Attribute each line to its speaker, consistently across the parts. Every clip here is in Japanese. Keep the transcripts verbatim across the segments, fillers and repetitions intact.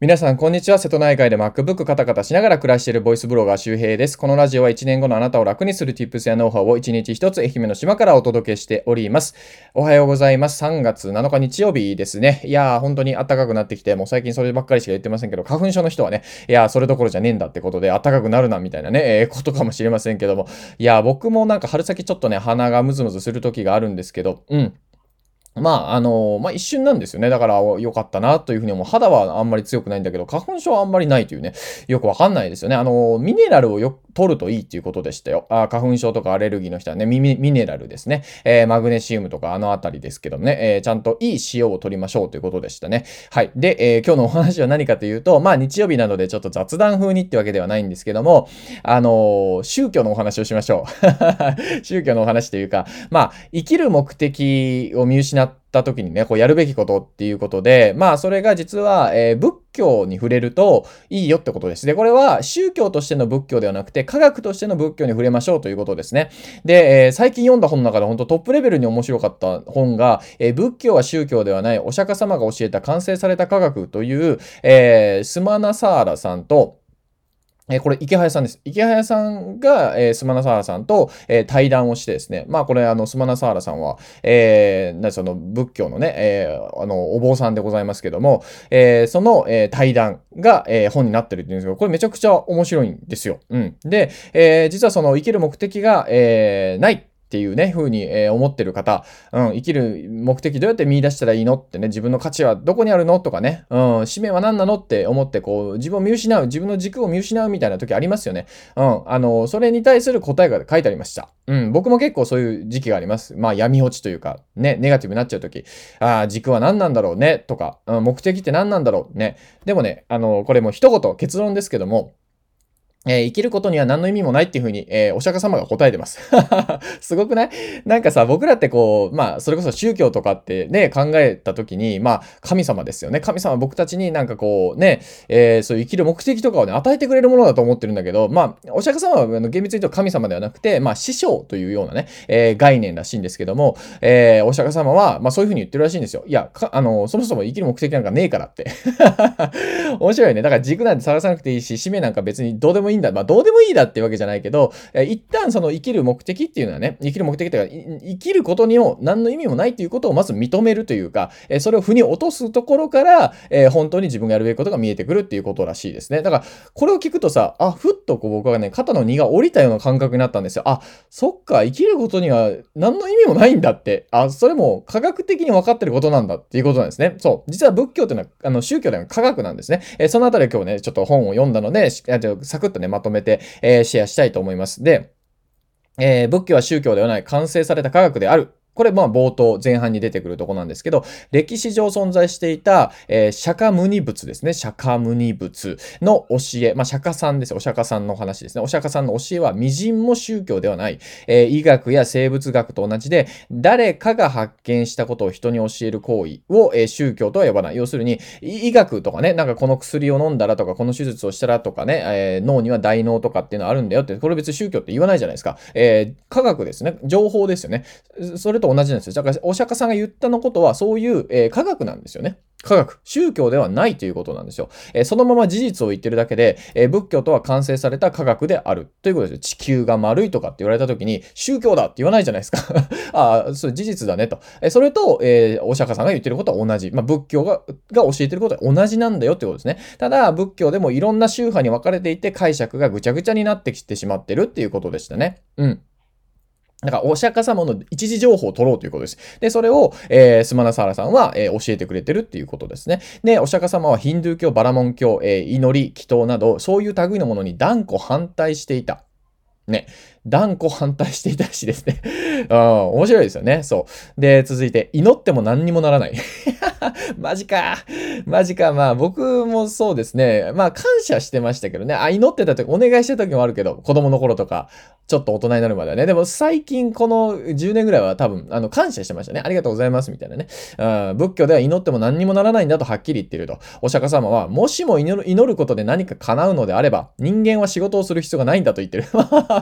Speaker 1: 皆さん、こんにちは。瀬戸内海で MacBook カタカタしながら暮らしているボイスブロガー周平です。このラジオはいちねんごのあなたを楽にする Tips やノウハウをいちにちひとつ愛媛の島からお届けしております。おはようございます。さんがつなのか日曜日ですね。いやー、本当に暖かくなってきて、もう最近そればっかりしか言ってませんけど、花粉症の人はね、いやー、それどころじゃねえんだってことで、暖かくなるな、みたいなね、えー、ことかもしれませんけども。いやー、僕もなんか春先ちょっとね、鼻がムズムズする時があるんですけど、うん。まあ、あの、まあ、一瞬なんですよね。だから、良かったなというふうに思う。肌はあんまり強くないんだけど、花粉症はあんまりないというね、よくわかんないですよね。あの、ミネラルをよく取るといいっていうことでしたよ。あ、花粉症とかアレルギーの人はね、ミミミネラルですね。えーマグネシウムとかあのあたりですけどね、えーちゃんといい塩を取りましょうということでしたね。はい。で、えー今日のお話は何かというと、まあ、日曜日なのでちょっと雑談風にってわけではないんですけども、あのー宗教のお話をしましょう。宗教のお話というか、まあ、生きる目的を見失った時にね、こうやるべきことっていうことで、まあ、それが実は、えー仏教に触れるといいよってことです。で、これは宗教としての仏教ではなくて、科学としての仏教に触れましょうということですね。で、えー最近読んだ本の中で本当トップレベルに面白かった本が、えー仏教は宗教ではないお釈迦様が教えた完成された科学という、えースマナサーラさんと、えーこれ、池早さんです。池早さんが、えースマナサーラさんと、えー対談をしてですね。まあ、これ、あの、スマナサーラさんは、えーなその、仏教のね、えーあの、お坊さんでございますけども、えーその、えー対談が、えー本になってるっていうんですけど、これめちゃくちゃ面白いんですよ。うん。で、えー実はその、生きる目的が、えーない。っていうね、風に、えー思ってる方、うん、生きる目的どうやって見出したらいいのってね、自分の価値はどこにあるのとかね、うん、使命は何なのって思って、こう、自分を見失う、自分の軸を見失うみたいな時ありますよね。うん、あの、それに対する答えが書いてありました。うん、僕も結構そういう時期があります。まあ、闇落ちというか、ね、ネガティブになっちゃう時、ああ、軸は何なんだろうね、とか、うん、目的って何なんだろうね。でもね、あの、これも一言、結論ですけども、えー生きることには何の意味もないっていうふうに、えーお釈迦様が答えてます。すごくない？なんかさ、僕らってこう、まあ、それこそ宗教とかってね、考えたときに、まあ、神様ですよね。神様は僕たちになんかこう、ね、えーそういう生きる目的とかをね、与えてくれるものだと思ってるんだけど、まあ、お釈迦様はあの厳密に言うと神様ではなくて、まあ、師匠というようなね、えー概念らしいんですけども、えーお釈迦様は、まあ、そういうふうに言ってるらしいんですよ。いや、かあの、そもそも生きる目的なんかねえからって。面白いね。だから軸なんて探さなくていいし、使命なんか別にどうでもいいんだ。まあ、どうでもいいだっていうわけじゃないけど、え一旦その生きる目的っていうのはね、生きる目的というか、生きることにも何の意味もないっていうことをまず認めるというか、えそれを腑に落とすところから、え本当に自分がやるべきことが見えてくるっていうことらしいですね。だから、これを聞くとさ、あ、ふっとこう僕はね、肩の荷が下りたような感覚になったんですよ。あ、そっか、生きることには何の意味もないんだって。あ、それも科学的に分かってることなんだっていうことなんですね。そう。実は仏教っていうのは、あの、宗教では科学なんですね。えーそのあたり今日ね、ちょっと本を読んだので、しあとサクッとね、まとめて、えーシェアしたいと思います。で、えー仏教は宗教ではない、完成された科学である。これ、まあ、冒頭、前半に出てくるとこなんですけど、歴史上存在していた、えー釈迦牟尼仏ですね。釈迦牟尼仏の教え、まあ、釈迦さんですよ。お釈迦さんの話ですね。お釈迦さんの教えは、微塵も宗教ではない。えー医学や生物学と同じで、誰かが発見したことを人に教える行為を、えー宗教とは呼ばない。要するに、医学とかね、なんかこの薬を飲んだらとか、この手術をしたらとかね、えー脳には大脳とかっていうのはあるんだよって、これ別に宗教って言わないじゃないですか。えー科学ですね。情報ですよね。それと同じなんですよ。だから、お釈迦さんが言ったのことは、そういう、えー科学なんですよね。科学。宗教ではないということなんですよ。えーそのまま事実を言ってるだけで、えー仏教とは完成された科学である。ということですよ。地球が丸いとかって言われたときに、宗教だって言わないじゃないですか。ああ、それ事実だねと。えーそれと、えーお釈迦さんが言ってることは同じ。まあ、仏教が、が教えてることは同じなんだよってことですね。ただ、仏教でもいろんな宗派に分かれていて、解釈がぐちゃぐちゃになってきてしまってるっていうことでしたね。うん。だから、お釈迦様の一時情報を取ろうということです。で、それを、えースマナサーラさんは、えー教えてくれてるっていうことですね。で、お釈迦様はヒンドゥー教、バラモン教、えー祈り、祈祷など、そういう類のものに断固反対していた。ね。断固反対していたらしいですね。うん、面白いですよね。そう。で、続いて、祈っても何にもならない。マジか。マジか。まあ、僕もそうですね。まあ、感謝してましたけどね。あ、祈ってた時、お願いしてた時もあるけど、子供の頃とか、ちょっと大人になるまではね。でも、最近、このじゅうねんぐらいは多分、あの、感謝してましたね。ありがとうございます、みたいなね。うん、仏教では祈っても何にもならないんだとはっきり言っていると。お釈迦様は、もしも祈る祈ることで何か叶うのであれば、人間は仕事をする必要がないんだと言ってる。本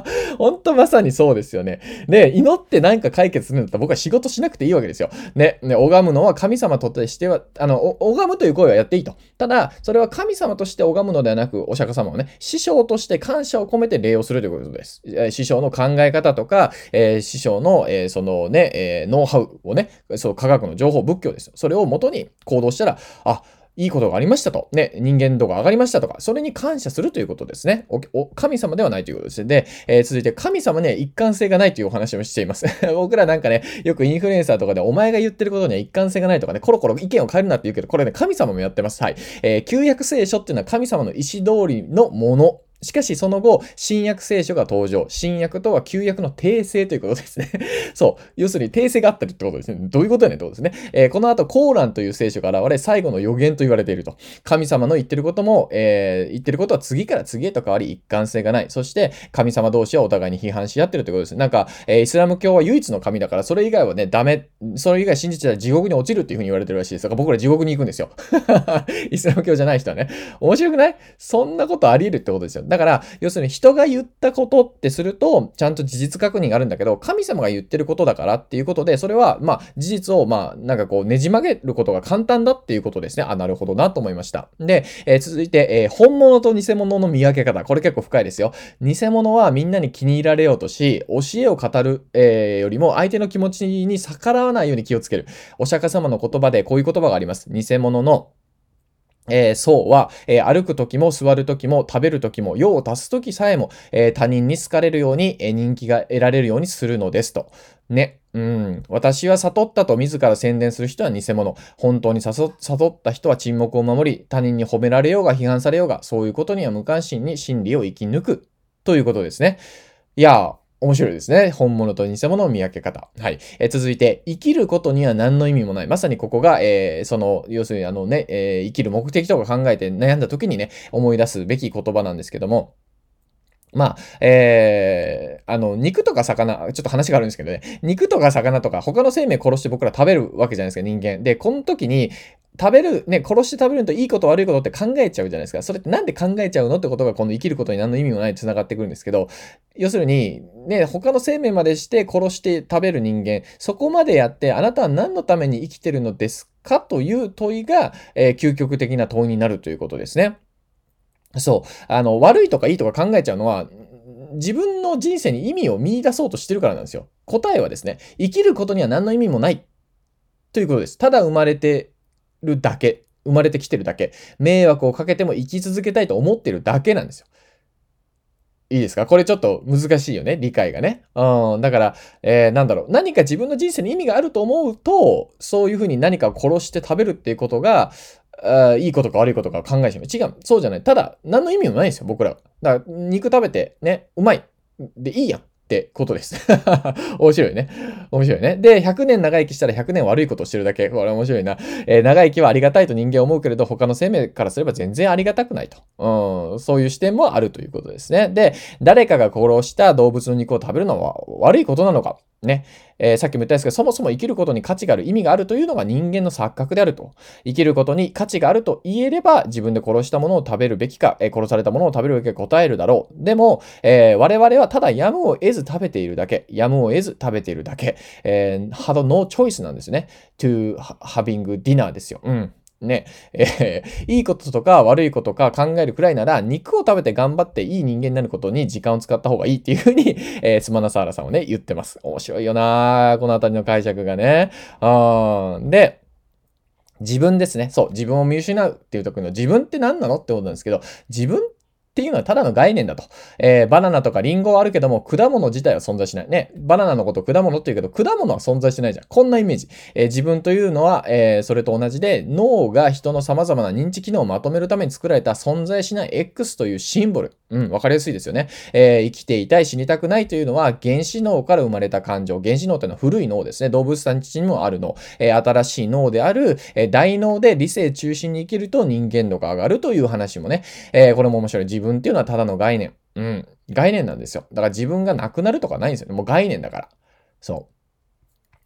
Speaker 1: ほんとまさにそうですよね。ね、祈ってなんか解決するんだったら僕は仕事しなくていいわけですよ。ね、ね、拝むのは神様としては、あの、お拝むという行為はやっていいと。ただ、それは神様として拝むのではなく、お釈迦様をね、師匠として感謝を込めて礼をするということです。えー師匠の考え方とか、えー師匠の、えーそのね、えーノウハウをね、そう、科学の情報、仏教ですよ。それを元に行動したら、あ、いいことがありましたと。ね、人間度が上がりましたとか、それに感謝するということですね。おお神様ではないということです。で、えー続いて、神様には一貫性がないというお話をしています。僕らなんかね、よくインフルエンサーとかで、お前が言ってることには一貫性がないとかね、コロコロ意見を変えるなって言うけど、これね、神様もやってます。はい。えー旧約聖書っていうのは神様の意思通りのもの。しかしその後、新約聖書が登場。新約とは旧約の訂正ということですね。そう。要するに訂正があったりってことですね。どういうことやねんってことですね。えーこの後、コーランという聖書が現れ、最後の予言と言われていると。神様の言ってることも、えー言ってることは次から次へと変わり、一貫性がない。そして、神様同士はお互いに批判し合ってるということです。なんか、えーイスラム教は唯一の神だから、それ以外はね、ダメ。それ以外信じてたら地獄に落ちるっていうふうに言われてるらしいです。だから僕ら地獄に行くんですよ。イスラム教じゃない人はね。面白くない？そんなことあり得るってことですよ。だから、要するに人が言ったことってすると、ちゃんと事実確認があるんだけど、神様が言ってることだからっていうことで、それは、まあ、事実を、まあ、なんかこう、ねじ曲げることが簡単だっていうことですね。あ、なるほどなと思いました。で、えー続いて、えー本物と偽物の見分け方。これ結構深いですよ。偽物はみんなに気に入られようとし、教えを語る、えーよりも相手の気持ちに逆らわないように気をつける。お釈迦様の言葉でこういう言葉があります。偽物のえー、そうは、えー歩くときも座るときも食べるときも用を足すときさえも、えー他人に好かれるように、えー人気が得られるようにするのですと。ね。うん。私は悟ったと自ら宣伝する人は偽物。本当に悟悟った人は沈黙を守り、他人に褒められようが批判されようが、そういうことには無関心に真理を生き抜く。ということですね。いやー、面白いですね。本物と偽物の見分け方。はい。えー続いて、生きることには何の意味もない。まさにここが、えーその、要するにあのね、えー生きる目的とか考えて悩んだ時にね、思い出すべき言葉なんですけども、まあ、えー、あの、肉とか魚、ちょっと話があるんですけどね、肉とか魚とか他の生命殺して僕ら食べるわけじゃないですか、人間。で、この時に、食べる、ね、殺して食べるといいこと悪いことって考えちゃうじゃないですか。それってなんで考えちゃうのってことが今度生きることに何の意味もないに繋がってくるんですけど、要するに、ね、他の生命までして殺して食べる人間、そこまでやって、あなたは何のために生きてるのですかという問いが、えー究極的な問いになるということですね。そう。あの、悪いとかいいとか考えちゃうのは、自分の人生に意味を見出そうとしてるからなんですよ。答えはですね、生きることには何の意味もないということです。ただ生まれてるだけ。生まれてきてるだけ。迷惑をかけても生き続けたいと思ってるだけなんですよ。いいですか？これちょっと難しいよね、理解がね。うん、だから、えーなんだろう、何か自分の人生に意味があると思うと、そういう風に何かを殺して食べるっていうことが、あーいいことか悪いことかを考えちゃう。違う。そうじゃない。ただ、何の意味もないんですよ、僕らは。だから、肉食べて、ね、うまい。で、いいやんってことです。面白いね。面白いね。で、ひゃくねん長生きしたらひゃくねん悪いことをしてるだけ。これ面白いな。えー長生きはありがたいと人間は思うけれど、他の生命からすれば全然ありがたくないと。うん、そういう視点もあるということですね。で、誰かが殺した動物の肉を食べるのは悪いことなのか。ね。えーさっきも言ったんですけど、そもそも生きることに価値がある、意味があるというのが人間の錯覚であると。生きることに価値があると言えれば、自分で殺したものを食べるべきか、えー殺されたものを食べるべきか答えるだろう。でも、えー我々はただやむを得ず食べているだけ。やむを得ず食べているだけ。えー、had no choice なんですね。to having dinner ですよ。うん。ね、えーいいこととか悪いことか考えるくらいなら、肉を食べて頑張っていい人間になることに時間を使った方がいいっていうふうに、えー、スマナサーラさんはね、言ってます。面白いよなーこのあたりの解釈がね。あーで、自分ですね。そう、自分を見失うっていう時の自分って何なのってことなんですけど、自分っていうのはただの概念だと。えーバナナとかリンゴはあるけども、果物自体は存在しない。ね。バナナのことを果物って言うけど、果物は存在してないじゃん。こんなイメージ。えー自分というのは、えーそれと同じで、脳が人の様々な認知機能をまとめるために作られた存在しない X というシンボル。うん、わかりやすいですよね。えー生きていたい、死にたくないというのは、原子脳から生まれた感情。原子脳というのは古い脳ですね。動物さんちにもある脳。えー新しい脳である、えー大脳で理性中心に生きると人間度が上がるという話もね、えーこれも面白い。自分っていうのはただの概念。うん。概念なんですよ。だから自分がなくなるとかないんですよね。もう概念だから。そう。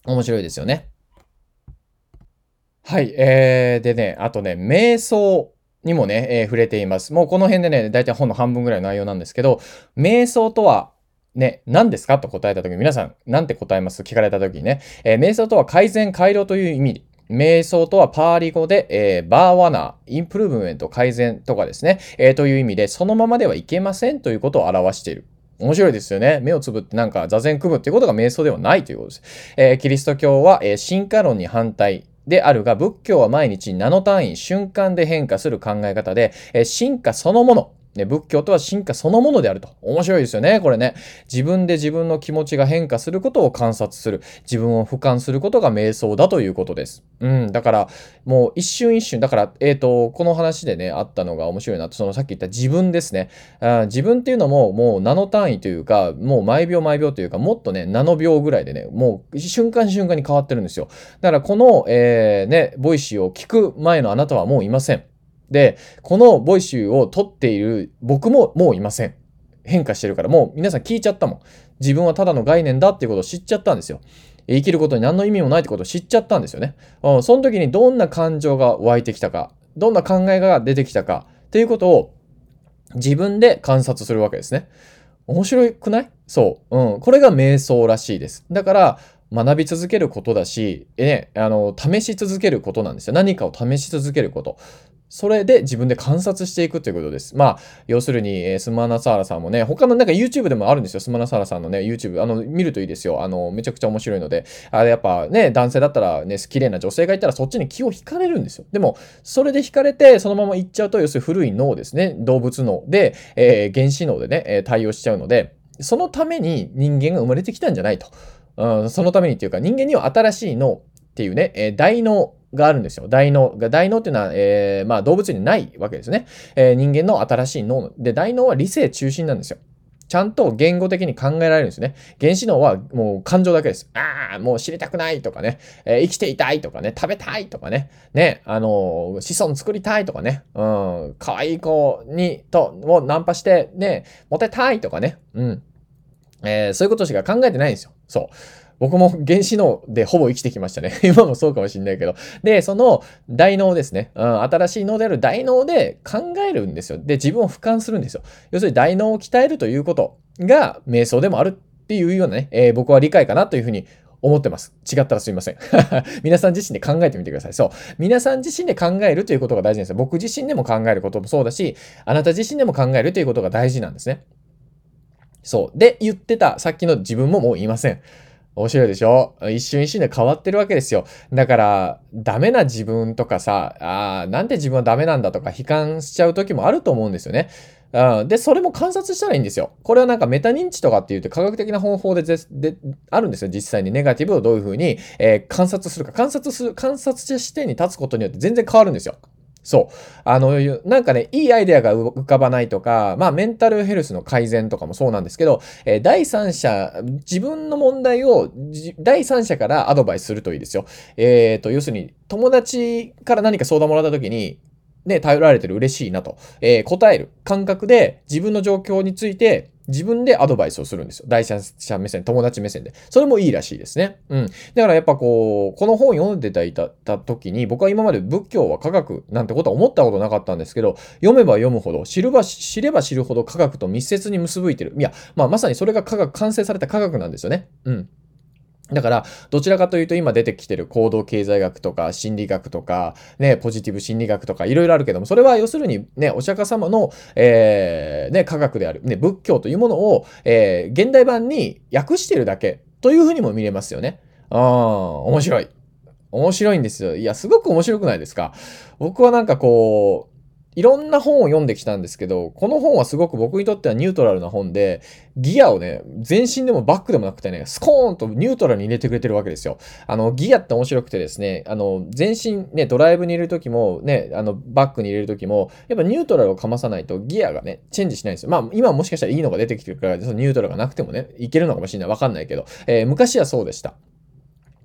Speaker 1: 面白いですよね。はい。えー、でね、あとね、瞑想にもね、えー触れています。もうこの辺でね、だいたい本の半分ぐらいの内容なんですけど、瞑想とはね、何ですかと答えたときに、皆さん、なんて答えます聞かれたときにね、えー瞑想とは改善、改良という意味。瞑想とはパーリ語で、えーバーワナー、インプルーブメント、改善とかですね、えーという意味で、そのままではいけませんということを表している。面白いですよね。目をつぶってなんか座禅組むっていうことが瞑想ではないということです。えーキリスト教は、えー進化論に反対。であるが、仏教は毎日ナノ単位、瞬間で変化する考え方で、えー進化そのもの、ね、仏教とは進化そのものであると。面白いですよね、これね。自分で自分の気持ちが変化することを観察する。自分を俯瞰することが瞑想だということです。うん。だから、もう一瞬一瞬、だから、えっと、この話でね、あったのが面白いなと、そのさっき言った自分ですね。あ自分っていうのも、もうナノ単位というか、もう毎秒毎秒というか、もっとね、ナノ秒ぐらいでね、もう瞬間瞬間に変わってるんですよ。だから、この、えー、ね、ボイシーを聞く前のあなたはもういません。で、このボイシーを撮っている僕ももういません。変化してるから、もう皆さん聞いちゃったもん。自分はただの概念だっていうことを知っちゃったんですよ。生きることに何の意味もないってことを知っちゃったんですよね。うん、その時にどんな感情が湧いてきたか、どんな考えが出てきたかっていうことを自分で観察するわけですね。面白くない？そう。うん。これが瞑想らしいです。だから、学び続けることだし、えね、あの、試し続けることなんですよ。何かを試し続けること。それで自分で観察していくということです。まあ、要するに、えースマナサーラさんもね、他のなんか YouTube でもあるんですよ。スマナサーラさんのね、YouTube。あの、見るといいですよ。あの、めちゃくちゃ面白いので。あれやっぱね、男性だったらね、綺麗な女性がいたらそっちに気を惹かれるんですよ。でも、それで惹かれて、そのまま行っちゃうと、要するに古い脳ですね。動物脳で、えー原子脳でね、えー対応しちゃうので、そのために人間が生まれてきたんじゃないと。うん、そのためにっていうか、人間には新しい脳っていうね、えー大脳があるんですよ。大脳が、大脳っていうのは、えーまあ動物にないわけですね。えー人間の新しい脳で、大脳は理性中心なんですよ。ちゃんと言語的に考えられるんですね。原子脳はもう感情だけです。ああ、もう知りたくないとかね、えー生きていたいとかね、食べたいとかね、ね、あのー子孫作りたいとかね、うん、可愛い子に、と、をナンパして、ね、モテたいとかね、うん。えーそういうことしか考えてないんですよ。そう。僕も原子脳でほぼ生きてきましたね。今もそうかもしれないけど。で、その大脳ですね。うん、新しい脳である大脳で考えるんですよ。で、自分を俯瞰するんですよ。要するに大脳を鍛えるということが瞑想でもあるっていうようなね、えー僕は理解かなというふうに思ってます。違ったらすみません。皆さん自身で考えてみてください。そう。皆さん自身で考えるということが大事なんですよ。僕自身でも考えることもそうだし、あなた自身でも考えるということが大事なんですね。そう。で、言ってた、さっきの自分ももう言いません。面白いでしょ？一瞬一瞬で変わってるわけですよ。だから、ダメな自分とかさ、ああ、なんで自分はダメなんだとか悲観しちゃう時もあると思うんですよね。うん、で、それも観察したらいいんですよ。これはなんかメタ認知とかって言って科学的な方法でぜであるんですよ。実際にネガティブをどういうふうに、えー観察するか。観察する、観察視点に立つことによって全然変わるんですよ。そう。あの、なんかね、いいアイデアが浮かばないとか、まあ、メンタルヘルスの改善とかもそうなんですけど、えー第三者、自分の問題をじ第三者からアドバイスするといいですよ。えっと、要するに、友達から何か相談もらった時に、ね、頼られてる嬉しいなと、えー答える感覚で自分の状況について自分でアドバイスをするんですよ。第三者目線、友達目線で。それもいいらしいですね。うん。だからやっぱこう、この本読んでいたた時に、僕は今まで仏教は科学なんてことは思ったことなかったんですけど、読めば読むほど、知れば知れば知るほど科学と密接に結びいてる。いや、まあまさにそれが科学、完成された科学なんですよね。うん。だから、どちらかというと今出てきてる行動経済学とか心理学とか、ね、ポジティブ心理学とかいろいろあるけども、それは要するにね、お釈迦様の、えー、ね、科学である、ね、仏教というものを、えー、現代版に訳してるだけというふうにも見れますよね。ああ、面白い。面白いんですよ。いや、すごく面白くないですか？僕はなんかこう、いろんな本を読んできたんですけど、この本はすごく僕にとってはニュートラルな本で、ギアをね、全身でもバックでもなくてね、スコーンとニュートラルに入れてくれてるわけですよ。あの、ギアって面白くてですね、あの、全身ね、ドライブに入れるときも、ね、あの、バックに入れるときも、やっぱニュートラルをかまさないとギアがね、チェンジしないんですよ。まあ、今はもしかしたらいいのが出てきてるから、そのニュートラルがなくてもね、いけるのかもしれない。わかんないけど、えー昔はそうでした。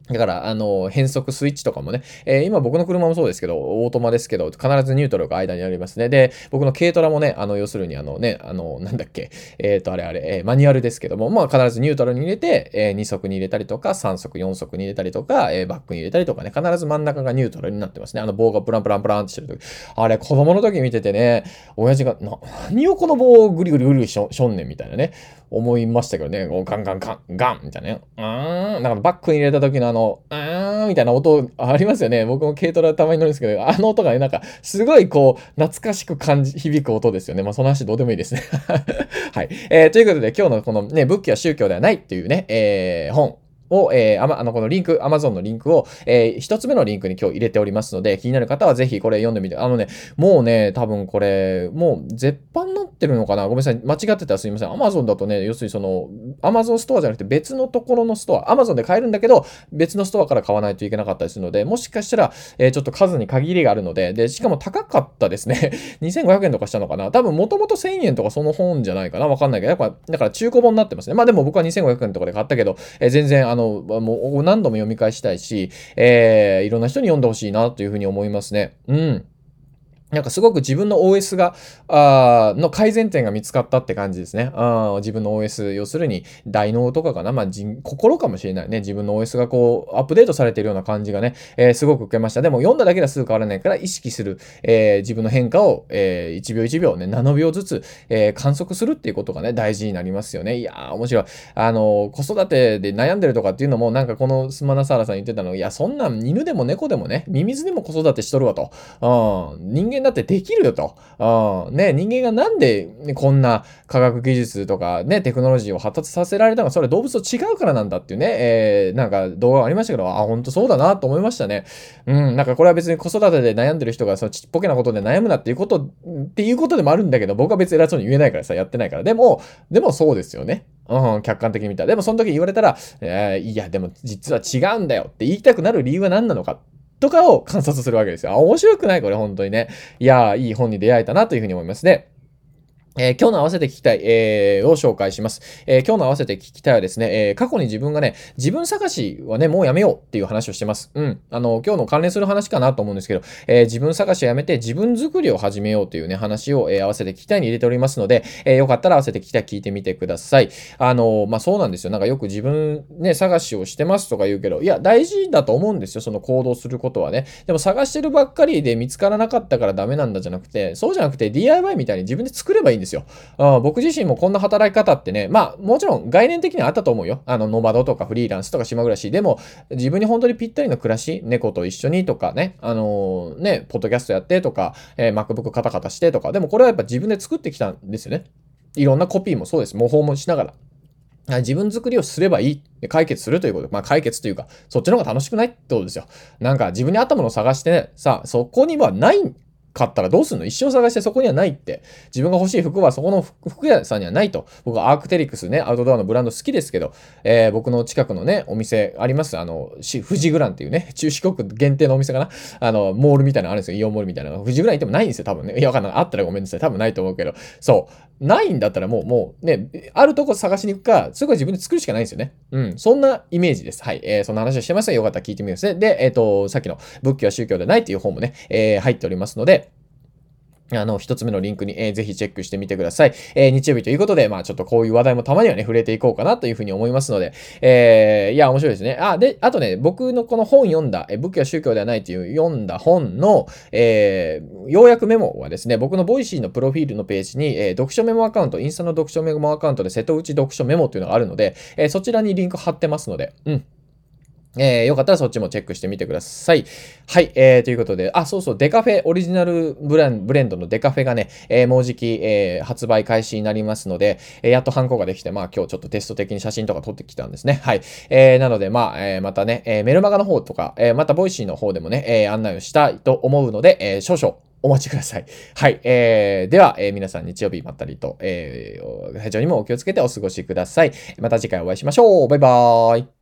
Speaker 1: だから、あの、変速スイッチとかもね、えー今僕の車もそうですけど、オートマですけど、必ずニュートラルが間にありますね。で、僕の軽トラもね、あの、要するにあのね、あの、なんだっけ、えっと、あれあれ、えーマニュアルですけども、まあ必ずニュートラルに入れて、えーに速に入れたりとか、さん速、よん速に入れたりとか、えーバックに入れたりとかね、必ず真ん中がニュートラルになってますね。あの棒がプランプランプランってしてるとき。あれ、子供の時見ててね、親父が、な、何をこの棒をグリグリグリしょしょんねんみたいなね、思いましたけどね、こうガンガンガン、ガンみたいなね。うーん、なんかバックに入れた時のあの、うーんみたいな音ありますよね。僕も軽トラたまに乗るんですけど、あの音がね、なんか、すごいこう、懐かしく感じ、響く音ですよね。まあ、その話どうでもいいですね。はい。えー、ということで、今日のこのね、仏教は宗教ではないっていうね、えー、本。を、えー、あま、あの、このリンク、Amazon のリンクを、えー、一つ目のリンクに今日入れておりますので、気になる方はぜひこれ読んでみて、あのね、もうね、多分これ、もう絶版になってるのかなごめんなさい。間違ってたらすいません。Amazon だとね、要するにその、Amazon ストアじゃなくて別のところのストア、Amazon で買えるんだけど、別のストアから買わないといけなかったりするので、もしかしたら、えー、ちょっと数に限りがあるので、で、しかも高かったですね。にせんごひゃくえんとかしたのかな多分もともとせんえんとかその本じゃないかなわかんないけど、やっぱ、だから中古本になってますね。まあでも僕はにせんごひゃくえんとかで買ったけど、えー全然あの、もう何度も読み返したいし、えー、いろんな人に読んでほしいなというふうに思いますね。うん。なんかすごく自分の オーエス が、あーの改善点が見つかったって感じですね。あー自分の オーエス、要するに大脳とかかな。まあ、人心かもしれないね。自分の オーエス がこう、アップデートされているような感じがね、えーすごく受けました。でも読んだだけではすぐ変わらないから意識する、えー自分の変化を、えーいちびょういちびょうね、ななびょうずつ、えー観測するっていうことがね、大事になりますよね。いやー、面白い。あのー子育てで悩んでるとかっていうのも、なんかこのスマナサーラさん言ってたの、いや、そんなん犬でも猫でもね、ミミズでも子育てしとるわと。うん、人間だってできるよと。うん、ね、人間がなんで、ね、こんな科学技術とかね、テクノロジーを発達させられたのか、それは動物と違うからなんだっていうね、えー、なんか動画がありましたけど、あ、ほんとそうだなと思いましたね。うん、なんかこれは別に子育てで悩んでる人が、そのちっぽけなことで悩むなっていうこと、っていうことでもあるんだけど、僕は別に偉そうに言えないからさ、やってないから。でも、でもそうですよね。うん、客観的に見たら。でもその時言われたら、えーいや、でも実は違うんだよって言いたくなる理由は何なのかとかを観察するわけですよ。あ、面白くないこれ本当にね。いやー、いい本に出会えたなというふうに思いますね。えー今日の合わせて聞きたい、えーを紹介します。えー今日の合わせて聞きたいはですね、えー過去に自分がね、自分探しはね、もうやめようっていう話をしてます。うん。あの、今日の関連する話かなと思うんですけど、えー自分探しをやめて自分作りを始めようというね、話を、えー合わせて聞きたいに入れておりますので、えーよかったら合わせて聞きたい聞いてみてください。あの、まあ、そうなんですよ。なんかよく自分ね、探しをしてますとか言うけど、いや、大事だと思うんですよ。その行動することはね。でも探してるばっかりで見つからなかったからダメなんだじゃなくて、そうじゃなくて ディーアイワイ みたいに自分で作ればいいんですよ。あ僕自身もこんな働き方ってね、まあもちろん概念的にはあったと思うよ。あの、ノマドとかフリーランスとか島暮らし。でも自分に本当にぴったりの暮らし、猫と一緒にとかね、あのーね、ポッドキャストやってとか、えー MacBook カタカタしてとか、でもこれはやっぱ自分で作ってきたんですよね。いろんなコピーもそうです。模倣もしながら。自分作りをすればいい。で解決するということで、まあ解決というか、そっちの方が楽しくないってことですよ。なんか自分に合ったものを探してね、さあ、そこにはないかったらどうすんの一生探してそこにはないって。自分が欲しい服はそこの服屋さんにはないと。僕はアークテリクスね、アウトドアのブランド好きですけど、えー僕の近くのね、お店あります。あの、し富士グランっていうね、中四国限定のお店かな。あの、モールみたいなのあるんですよ。イオンモールみたいなの。富士グラン行ってもないんですよ、多分ね。いや、わかんない。あったらごめんなさい。多分ないと思うけど。そう。ないんだったらもう、もうね、あるとこ探しに行くか、それから自分で作るしかないんですよね。うん。そんなイメージです。はい。えーそんな話をしてますので、よかったら聞いてみてください。で、えっ、と、さっきの仏教は宗教ではないっていう本もね、えー入っておりますので、あの、一つ目のリンクに、えーぜひチェックしてみてください。えー日曜日ということで、まあちょっとこういう話題もたまにはね、触れていこうかなというふうに思いますので、えーいや、面白いですね。あ、で、あとね、僕のこの本読んだ、えー仏教は宗教ではないという読んだ本の、えー要約メモはですね、僕のボイシーのプロフィールのページに、えー読書メモアカウント、インスタの読書メモアカウントで瀬戸内読書メモっていうのがあるので、えーそちらにリンク貼ってますので、うん。えー、よかったらそっちもチェックしてみてください。はい、えー、ということで、あ、そうそう、デカフェ、オリジナルブランブレンドのデカフェがね、えー、もうじき、えー、発売開始になりますので、えーやっとハンコができて、まあ今日ちょっとテスト的に写真とか撮ってきたんですね。はい。えー、なので、まあ、えー、またね、えー、メルマガの方とか、えー、またボイシーの方でもね、えー、案内をしたいと思うので、えー、少々お待ちください。はい。えー、では、えー、皆さん日曜日まったりと、えー、体調にもお気をつけてお過ごしください。また次回お会いしましょう。バイバーイ。